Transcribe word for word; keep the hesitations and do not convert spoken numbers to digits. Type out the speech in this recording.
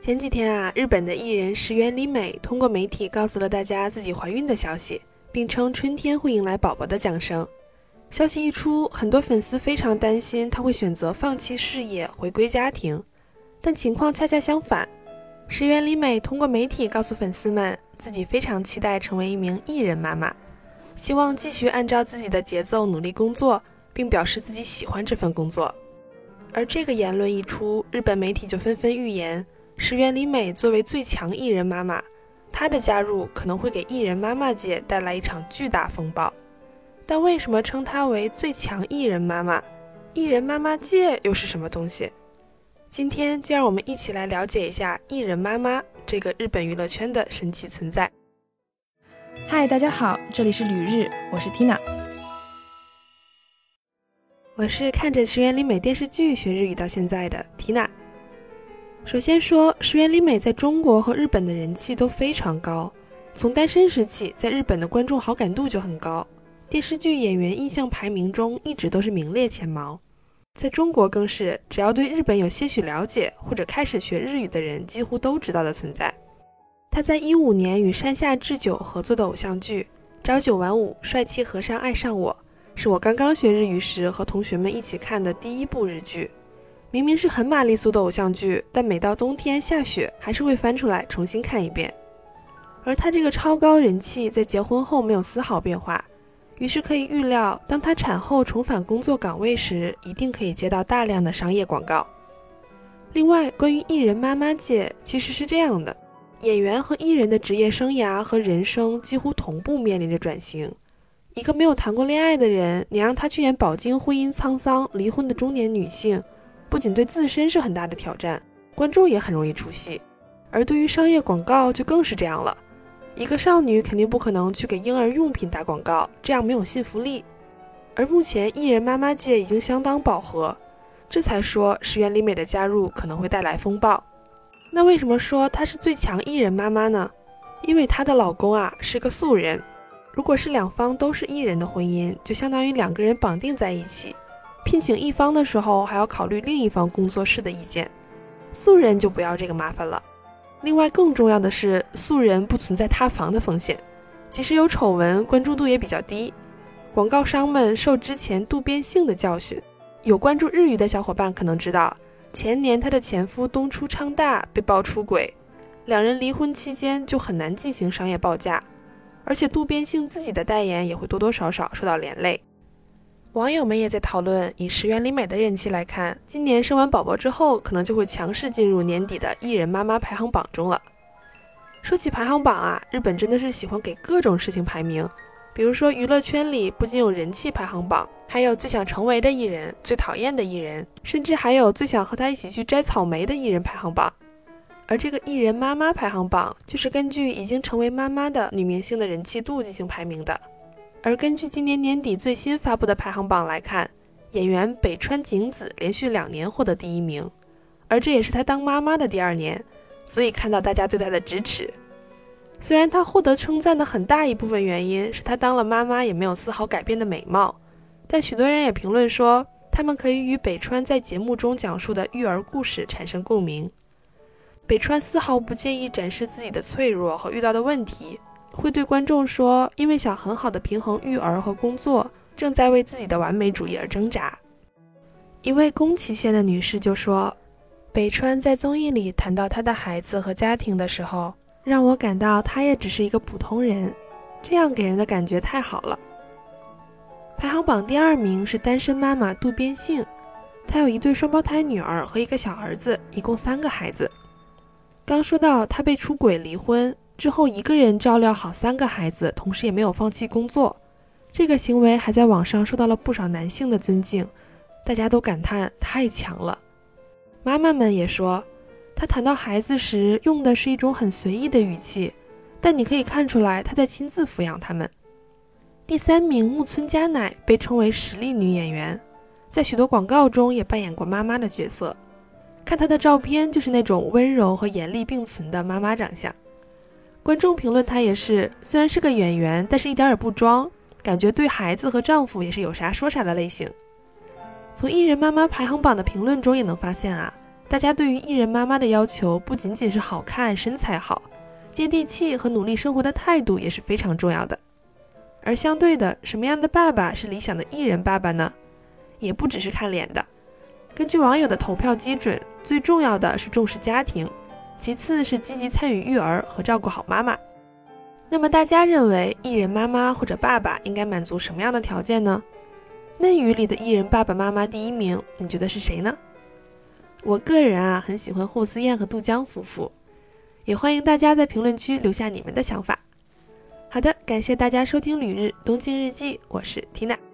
前几天啊，日本的艺人石原里美通过媒体告诉了大家自己怀孕的消息，并称春天会迎来宝宝的降生。消息一出，很多粉丝非常担心她会选择放弃事业，回归家庭。但情况恰恰相反，石原里美通过媒体告诉粉丝们，自己非常期待成为一名艺人妈妈，希望继续按照自己的节奏努力工作，并表示自己喜欢这份工作。而这个言论一出，日本媒体就纷纷预言，石原里美作为最强艺人妈妈，她的加入可能会给艺人妈妈界带来一场巨大风暴。但为什么称她为最强艺人妈妈？艺人妈妈界又是什么东西？今天就让我们一起来了解一下艺人妈妈这个日本娱乐圈的神奇存在。 嗨，大家好，这里是旅日，我是 Tina。 我是看着石原里美电视剧学日语到现在的 Tina。 首先说，石原里美在中国和日本的人气都非常高，从单身时起，在日本的观众好感度就很高，电视剧演员印象排名中一直都是名列前茅。在中国更是只要对日本有些许了解或者开始学日语的人几乎都知道的存在。他在一五年与山下智久合作的偶像剧《朝九晚五，帅气和尚爱上我》是我刚刚学日语时和同学们一起看的第一部日剧。明明是很玛丽苏的偶像剧，但每到冬天下雪还是会翻出来重新看一遍。而他这个超高人气在结婚后没有丝毫变化，于是可以预料，当他产后重返工作岗位时，一定可以接到大量的商业广告。另外，关于艺人妈妈界其实是这样的，演员和艺人的职业生涯和人生几乎同步面临着转型。一个没有谈过恋爱的人，你让他去演饱经婚姻沧桑离婚的中年女性，不仅对自身是很大的挑战，观众也很容易出戏。而对于商业广告就更是这样了，一个少女肯定不可能去给婴儿用品打广告，这样没有信服力。而目前艺人妈妈界已经相当饱和，这才说石原里美的加入可能会带来风暴。那为什么说她是最强艺人妈妈呢？因为她的老公啊是个素人。如果是两方都是艺人的婚姻，就相当于两个人绑定在一起，聘请一方的时候还要考虑另一方工作室的意见，素人就不要这个麻烦了。另外更重要的是，素人不存在塌房的风险，即使有丑闻，关注度也比较低。广告商们受之前渡边杏的教训，有关注日语的小伙伴可能知道，前年她的前夫东出昌大被曝出轨，两人离婚期间就很难进行商业报价，而且渡边杏自己的代言也会多多少少受到连累。网友们也在讨论，以石原里美的人气来看，今年生完宝宝之后可能就会强势进入年底的艺人妈妈排行榜中了。说起排行榜啊，日本真的是喜欢给各种事情排名，比如说娱乐圈里不仅有人气排行榜，还有最想成为的艺人、最讨厌的艺人，甚至还有最想和他一起去摘草莓的艺人排行榜。而这个艺人妈妈排行榜就是根据已经成为妈妈的女明星的人气度进行排名的。而根据今年年底最新发布的排行榜来看，演员北川景子连续两年获得第一名，而这也是她当妈妈的第二年，所以看到大家对她的支持。虽然她获得称赞的很大一部分原因是她当了妈妈也没有丝毫改变的美貌，但许多人也评论说，他们可以与北川在节目中讲述的育儿故事产生共鸣。北川丝毫不介意展示自己的脆弱和遇到的问题，会对观众说，因为想很好的平衡育儿和工作，正在为自己的完美主义而挣扎。一位宫崎县的女士就说，北川在综艺里谈到他的孩子和家庭的时候，让我感到他也只是一个普通人，这样给人的感觉太好了。排行榜第二名是单身妈妈渡边杏，她有一对双胞胎女儿和一个小儿子，一共三个孩子。刚说到她被出轨离婚之后，一个人照料好三个孩子，同时也没有放弃工作，这个行为还在网上受到了不少男性的尊敬，大家都感叹太强了。妈妈们也说，她谈到孩子时用的是一种很随意的语气，但你可以看出来她在亲自抚养他们。第三名木村佳乃被称为实力女演员，在许多广告中也扮演过妈妈的角色，看她的照片就是那种温柔和严厉并存的妈妈长相。观众评论她也是，虽然是个演员，但是一点也不装，感觉对孩子和丈夫也是有啥说啥的类型。从艺人妈妈排行榜的评论中也能发现啊，大大家对于艺人妈妈的要求不仅仅是好看、身材好，接地气和努力生活的态度也是非常重要的。而相对的，什么样的爸爸是理想的艺人爸爸呢？也不只是看脸的。根据网友的投票基准，最重要的是重视家庭，其次是积极参与育儿和照顾好妈妈。那么大家认为艺人妈妈或者爸爸应该满足什么样的条件呢？内娱里的艺人爸爸妈妈第一名，你觉得是谁呢？我个人啊很喜欢霍思燕和杜江夫妇，也欢迎大家在评论区留下你们的想法。好的，感谢大家收听旅日东京日记，我是缇娜。